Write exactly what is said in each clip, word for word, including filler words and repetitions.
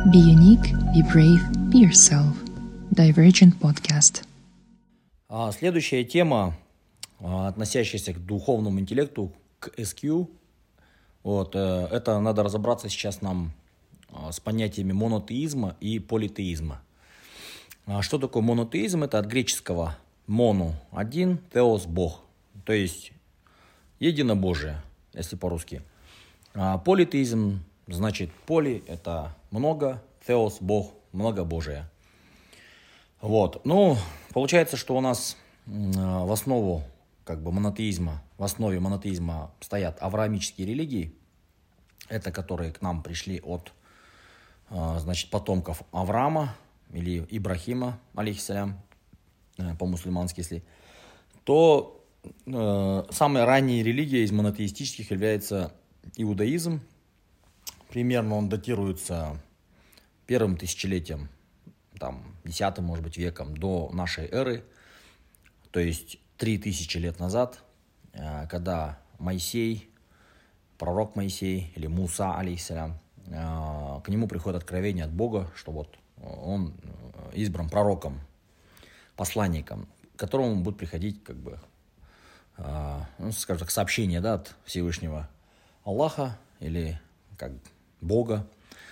Be unique, be brave, be yourself. Divergent Podcast. А следующая тема, относящаяся к духовному интеллекту, к эс кью. Вот, это надо разобраться сейчас нам с понятиями монотеизма и политеизма. Что такое монотеизм? Это от греческого моно – один, теос – Бог, то есть единобожие, если по-русски. А политеизм значит поли – это много, теос – Бог, многобожие. Вот, ну, получается, что у нас в основу как бы монотеизма, в основе монотеизма стоят авраамические религии, это которые к нам пришли от, значит, потомков Авраама или Ибрахима, алейхиссалям, по-мусульмански, если, то э, самой ранней религией из монотеистических является иудаизм. Примерно он датируется первым тысячелетием, там, десятым, может быть, веком до нашей эры, то есть три тысячи лет назад, э, когда Моисей, пророк Моисей или Муса, алейхиссалям, э, к нему приходит откровение от Бога, что вот он избран пророком, посланником, к которому будет приходить, как бы, э, ну, скажем так, сообщение, да, от Всевышнего Аллаха или как Бога.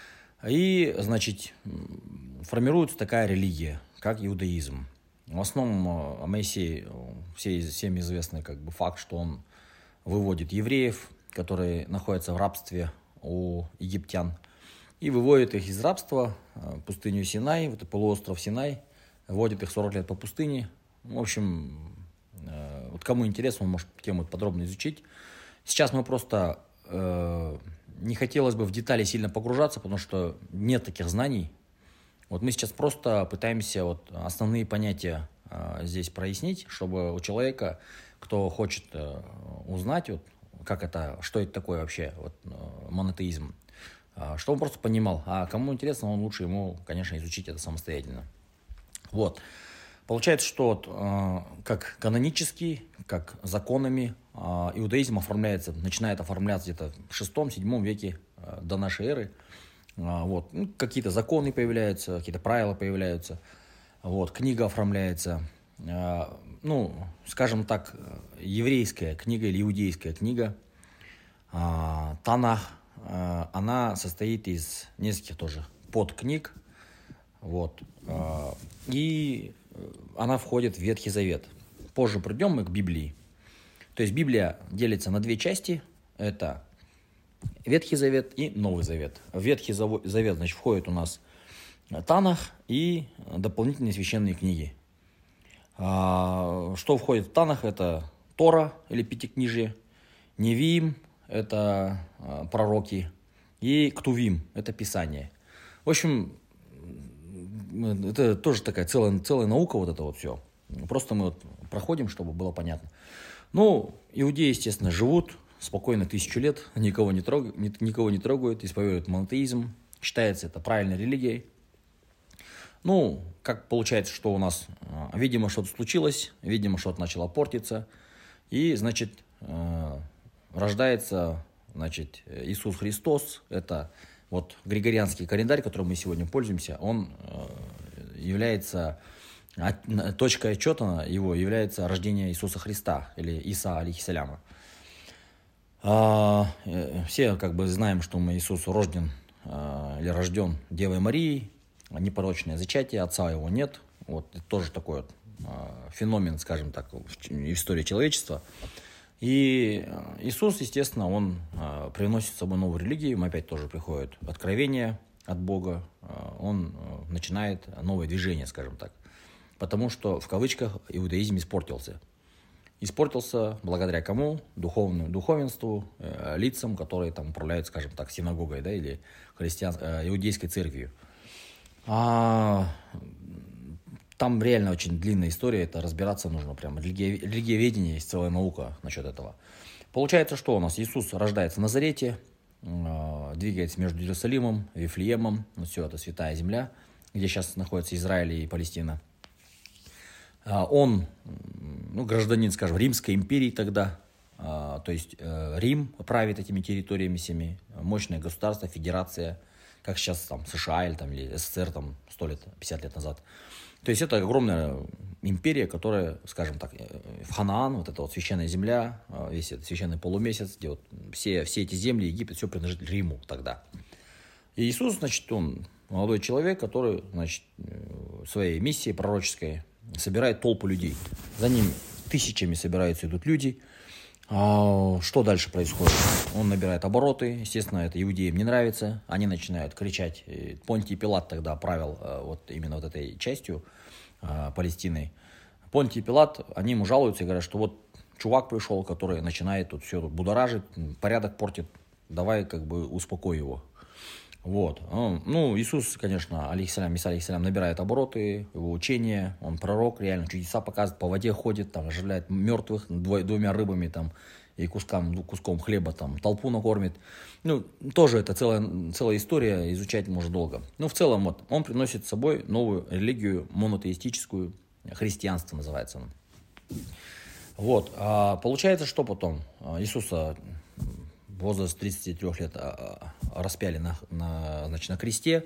И, значит, формируется такая религия, как иудаизм. В основном Моисей, всем известный как бы факт, что он выводит евреев, которые находятся в рабстве у египтян, и выводит их из рабства в пустыню Синай, в этот полуостров Синай, вводит их сорок лет по пустыне. В общем, вот кому интересно, он может тему подробно изучить. Сейчас мы просто э, не хотелось бы в детали сильно погружаться, потому что нет таких знаний. Вот мы сейчас просто пытаемся вот основные понятия э, здесь прояснить, чтобы у человека, кто хочет э, узнать, вот, как это, что это такое вообще, вот, э, монотеизм, э, чтобы он просто понимал. А кому интересно, он лучше ему, конечно, изучить это самостоятельно. Вот. Получается, что вот, э, как канонический, как законами э, иудаизм оформляется, начинает оформляться где-то в шестом-седьмом веке э, до нашей эры. Э, вот. Ну, какие-то законы появляются, какие-то правила появляются. Вот. Книга оформляется. Э, ну, скажем так, еврейская книга или иудейская книга, э, Танах, э, она состоит из нескольких тоже подкниг. Вот. И она входит в Ветхий Завет. Позже придем мы к Библии. То есть Библия делится на две части. Это Ветхий Завет и Новый Завет. В Ветхий Завет, значит, входит у нас Танах и дополнительные священные книги. Что входит в Танах? Это Тора или Пятикнижие, Невиим – это пророки, и Ктувим – это Писание. В общем, это тоже такая целая, целая наука, вот это вот все. Просто мы вот проходим, чтобы было понятно. Ну, иудеи, естественно, живут спокойно тысячу лет, никого не трогают, никого не трогают, исповедуют монотеизм. Считается это правильной религией. Ну, как получается, что у нас, видимо, что-то случилось, видимо, что-то начало портиться. И, значит, рождается, значит, Иисус Христос. Это вот Григорианский календарь, которым мы сегодня пользуемся, он э, является, от, точкой отчета его является рождение Иисуса Христа, или Иса, алейхиссаляма. А, э, все как бы знаем, что мы Иисус рожден э, или рожден Девой Марией, непорочное зачатие, отца его нет. Вот, это тоже такой вот, э, феномен, скажем так, в истории человечества. И Иисус, естественно, он э, приносит с собой новую религию, им опять тоже приходит откровение от Бога, э, он э, начинает новое движение, скажем так. Потому что, в кавычках, иудаизм испортился. Испортился благодаря кому? Духовному духовенству, э, лицам, которые там управляют, скажем так, синагогой, да, или христиан, э, иудейской церковью. А там реально очень длинная история, это разбираться нужно прямо. Религия, религиоведение, есть целая наука насчет этого. Получается, что у нас Иисус рождается в Назарете, э, двигается между Иерусалимом, Вифлеемом, ну, все это святая земля, где сейчас находится Израиль и Палестина. Э, он, ну, гражданин, скажем, Римской империи тогда, э, то есть э, Рим правит этими территориями всеми, мощное государство, федерация, как сейчас там США или, там, или СССР там сто лет, пятьдесят лет назад. То есть это огромная империя, которая, скажем так, в Ханаан, вот эта вот священная земля, весь этот священный полумесяц, где вот все, все эти земли, Египет, все принадлежит Риму тогда. И Иисус, значит, он молодой человек, который, значит, своей миссией пророческой собирает толпу людей. За ним тысячами собираются, идут люди. А что дальше происходит? Он набирает обороты, естественно, это иудеям не нравится, они начинают кричать. Понтий Пилат тогда правил вот именно вот этой частью Палестины. Понтий Пилат, они ему жалуются и говорят, что вот чувак пришел, который начинает тут все будоражить, порядок портит, давай как бы успокой его. Вот. Ну, Иисус, конечно, алейхиссалям, Иса алейхиссалям, набирает обороты, его учение, он пророк, реально чудеса показывает, по воде ходит, там, оживляет мертвых двой, двумя рыбами там, и куском, куском хлеба там, толпу накормит. Ну, тоже это целая, целая история, изучать может долго. Ну, в целом, вот, он приносит с собой новую религию, монотеистическую, христианство называется оно. Вот. А получается, что потом? Иисуса возраст тридцати трёх лет распяли на, на, значит, на кресте.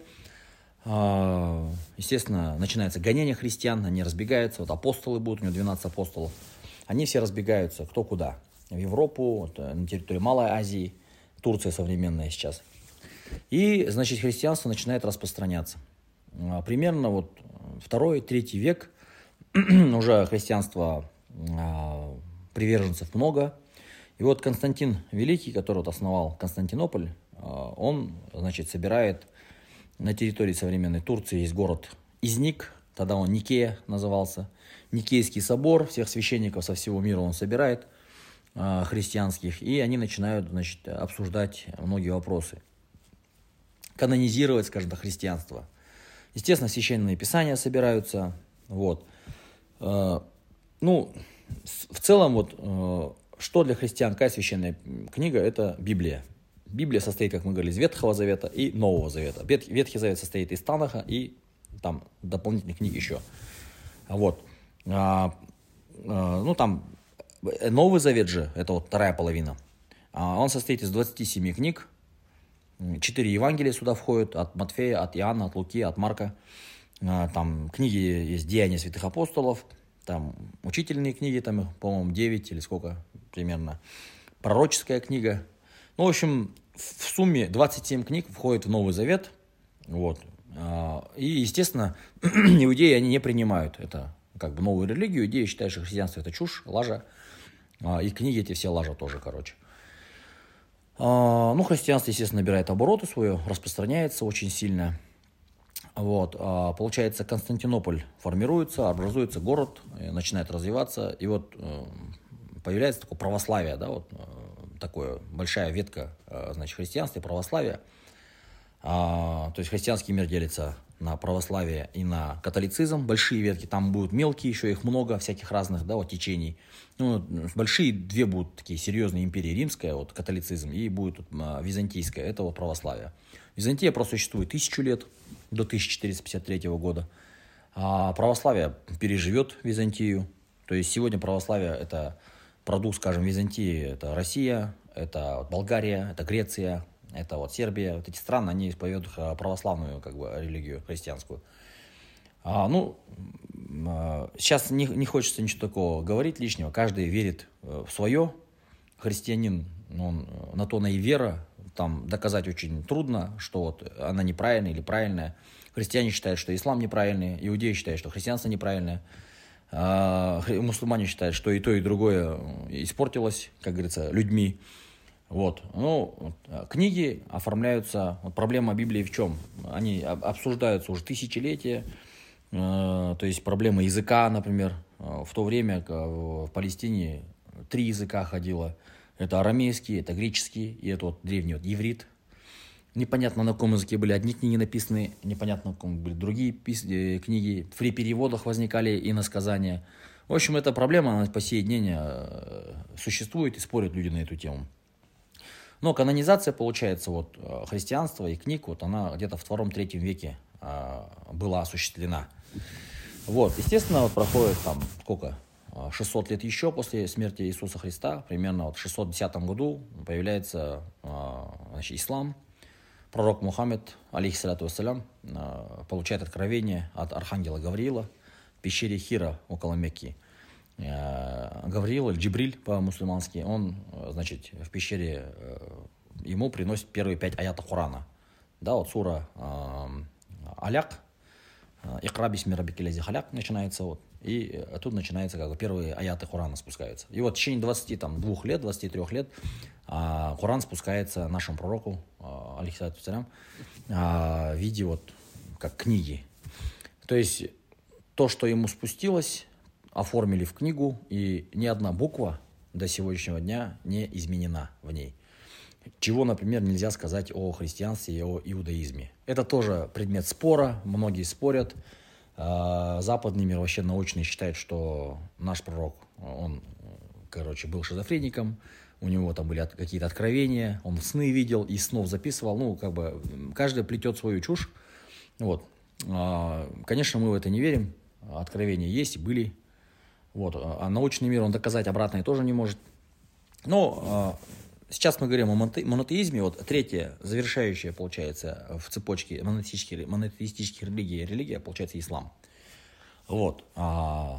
Естественно, начинается гонение христиан, они разбегаются. Вот апостолы будут, у него двенадцать апостолов. Они все разбегаются, кто куда. В Европу, вот, на территории Малой Азии, Турция современная сейчас. И, значит, христианство начинает распространяться. Примерно вот второй-третий век уже христианство приверженцев много. И вот Константин Великий, который вот основал Константинополь, он, значит, собирает на территории современной Турции, есть город Изник, тогда он Никея назывался, Никейский собор, всех священников со всего мира он собирает, христианских, и они начинают, значит, обсуждать многие вопросы, канонизировать, скажем так, христианство. Естественно, священные писания собираются, вот. Ну, в целом, вот, что для христиан, какая священная книга? Это Библия. Библия состоит, как мы говорили, из Ветхого Завета и Нового Завета. Ветхий Завет состоит из Танаха и там дополнительных книг еще. Вот. А, а, ну, там Новый Завет же, это вот вторая половина. А, он состоит из двадцати семи книг. Четыре Евангелия сюда входят, от Матфея, от Иоанна, от Луки, от Марка. А, там книги есть Деяния святых апостолов. Там учительные книги, там их, по-моему, девять или сколько примерно. Пророческая книга. Ну, в общем, в сумме двадцать семь книг входит в Новый Завет. Вот. И, естественно, иудеи, они не принимают это как бы новую религию. Иудеи считают, что христианство это чушь, лажа. И книги эти все лажа тоже, короче. Ну, христианство, естественно, набирает обороты свое, распространяется очень сильно. Вот, получается, Константинополь формируется, образуется город, начинает развиваться, и вот появляется такое православие, да, вот такая большая ветка, значит, христианства и православия. То есть христианский мир делится на православие и на католицизм, большие ветки, там будут мелкие, еще их много, всяких разных, да, вот течений. Ну, большие две будут такие серьезные империи, римская, вот католицизм, и будет вот, византийская, это вот православие. Византия просто существует тысячу лет, до тысяча четыреста пятьдесят третьего года. А православие переживет Византию. То есть сегодня православие это продукт, скажем, Византии, это Россия, это Болгария, это Греция, это вот Сербия. Вот эти страны, они исповедуют православную как бы религию христианскую. А, ну, сейчас не, не хочется ничего такого говорить лишнего. Каждый верит в свое. Христианин, он, на то она и вера. Там доказать очень трудно, что вот она неправильная или правильная. Христиане считают, что ислам неправильный, иудеи считают, что христианство неправильное. А мусульмане считают, что и то, и другое испортилось, как говорится, людьми. Вот. Ну, книги оформляются. Вот проблема Библии в чем? Они обсуждаются уже тысячелетия. То есть проблема языка, например. В то время в Палестине три языка ходило. Это арамейский, это греческий, и это вот древний вот иврит. Непонятно, на каком языке были одни книги написаны, непонятно, на каком были другие пис- книги. При переводах возникали иносказания. В общем, эта проблема, она по сей день существует, и спорят люди на эту тему. Но канонизация, получается, вот христианства и книг, вот она где-то в втором-третьем веке была осуществлена. Вот, естественно, вот проходит там сколько? шестьсот лет еще после смерти Иисуса Христа, примерно вот в шестьсот десятом году появляется, значит, ислам, пророк Мухаммед, алейхиссалату вассалям, получает откровение от архангела Гавриила в пещере Хира около Мекки. Гавриил, или Джибриль по-мусульмански, он, значит, в пещере ему приносит первые пять аятов Корана. Да, вот сура Аляк, Икра бисми раббики лази халяк начинается, вот, и тут начинается, как бы, первые аяты Корана спускаются. И вот в течение двадцати двух лет, двадцати трёх лет Коран спускается нашему пророку, алейхиссалату вассалям, в виде вот как книги. То есть то, что ему спустилось, оформили в книгу, и ни одна буква до сегодняшнего дня не изменена в ней. Чего, например, нельзя сказать о христианстве и о иудаизме. Это тоже предмет спора, многие спорят. Западный мир, вообще научный, считает, что наш пророк, он, короче, был шизофреником, у него там были какие-то откровения, он сны видел и снов записывал. Ну, как бы, каждый плетет свою чушь. Вот. Конечно, мы в это не верим. Откровения есть и были. Вот. А научный мир, он доказать обратное тоже не может. Но сейчас мы говорим о монотеизме. Вот третья, завершающая, получается, в цепочке монотеистических, монотеистических религий, религия, получается, ислам. Вот. А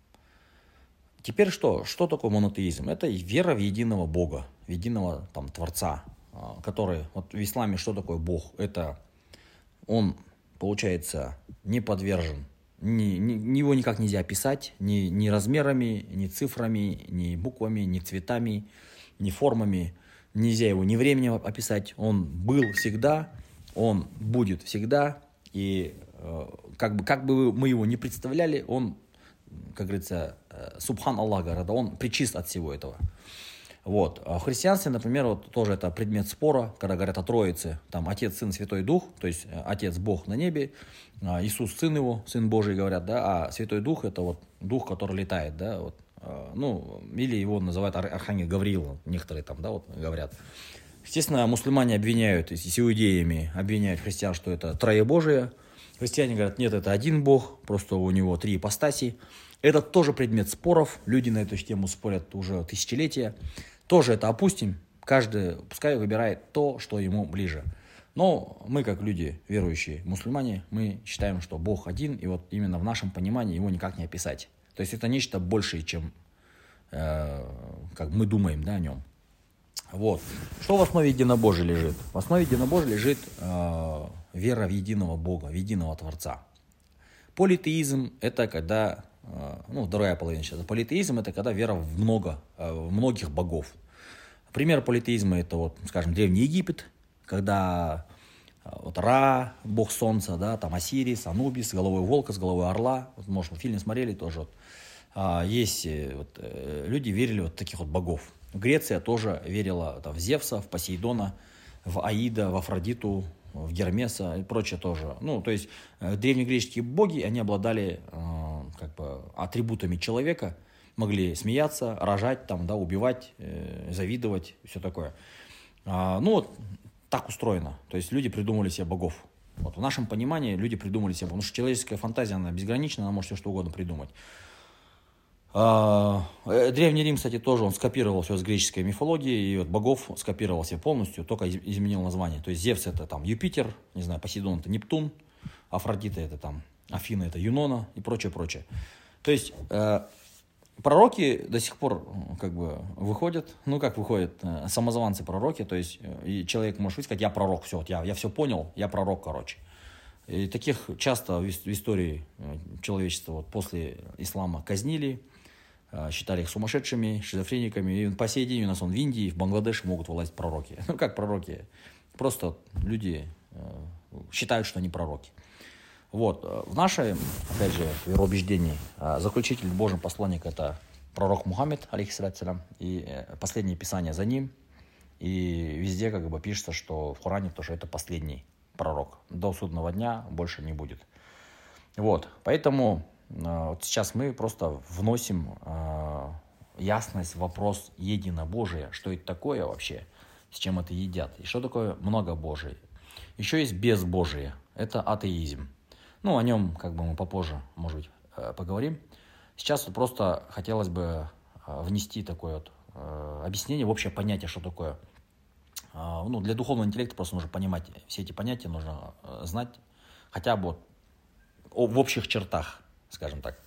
теперь что? Что такое монотеизм? Это вера в единого Бога, в единого там Творца, который, вот в исламе что такое Бог? Это он, получается, не подвержен, ни, ни, его никак нельзя описать, ни, ни размерами, ни цифрами, ни буквами, ни цветами, ни формами. Нельзя его ни временем описать. Он был всегда, он будет всегда. И э, как бы, как бы мы его не представляли, он, как говорится, э, субхан Аллах, говорит, он причист от всего этого. Вот. А в христианстве, например, вот тоже это предмет спора, когда говорят о Троице, там Отец, Сын, Святой Дух, то есть Отец Бог на небе, Иисус Сын Его, Сын Божий, говорят, да, а Святой Дух это вот Дух, который летает, да, вот. Ну, или его называют архангел Гавриил, некоторые там, да, вот говорят. Естественно, мусульмане обвиняют, с иудеями обвиняют христиан, что это троебожие. Христиане говорят, нет, это один Бог, просто у него три ипостаси. Это тоже предмет споров, люди на эту тему спорят уже тысячелетия. Тоже это опустим, каждый пускай выбирает то, что ему ближе. Но мы, как люди верующие мусульмане, мы считаем, что Бог один, и вот именно в нашем понимании его никак не описать. То есть это нечто большее, чем э, как мы думаем, да, о нем. Вот. Что в основе единобожия лежит? В основе единобожия лежит э, вера в единого Бога, в единого Творца. Политеизм – это когда, э, ну, вторая половина сейчас. Политеизм – это когда вера в много, э, в многих богов. Пример политеизма – это, вот, скажем, Древний Египет, когда вот Ра, бог солнца, да, там Осирис, Анубис, с головой волка, с головой орла. Вот, может, вы фильм смотрели тоже. Вот. А, есть вот, люди верили вот в таких вот богов. Греция тоже верила там, в Зевса, в Посейдона, в Аида, в Афродиту, в Гермеса и прочее тоже. Ну, то есть древнегреческие боги, они обладали э, как бы атрибутами человека, могли смеяться, рожать, там, да, убивать, э, завидовать, все такое. А, ну вот. Так устроено. То есть люди придумали себе богов. Вот в нашем понимании люди придумали себе, потому что человеческая фантазия, она безгранична, она может все что угодно придумать. А, Древний Рим, кстати, тоже он скопировал все с греческой мифологии, и вот богов скопировал себе полностью, только изменил название. То есть Зевс это там Юпитер, не знаю, Посейдон это Нептун, Афродита это там Афина это Юнона и прочее, прочее. То есть пророки до сих пор как бы выходят, ну как выходят, самозванцы пророки, то есть и человек может сказать, я пророк, все, вот я, я все понял, я пророк, короче. И таких часто в истории человечества вот после ислама казнили, считали их сумасшедшими, шизофрениками, и по сей день у нас он в Индии, в Бангладеше могут вылазить пророки. Ну как пророки? Просто люди считают, что они пророки. Вот. В нашем, опять же, вероубеждении заключитель Божий посланник это пророк Мухаммед, алейхиссалям, и последнее писание за ним. И везде как бы пишется, что в Коране то, что это последний пророк. До судного дня больше не будет. Вот. Поэтому вот сейчас мы просто вносим ясность в вопрос единобожия. Что это такое вообще? С чем это едят? И что такое многобожие? Еще есть безбожие. Это атеизм. Ну, о нем как бы мы попозже, может быть, поговорим. Сейчас вот просто хотелось бы внести такое вот объяснение в общее понятие, что такое Ну, для духовного интеллекта просто нужно понимать все эти понятия, нужно знать хотя бы в общих чертах, скажем так.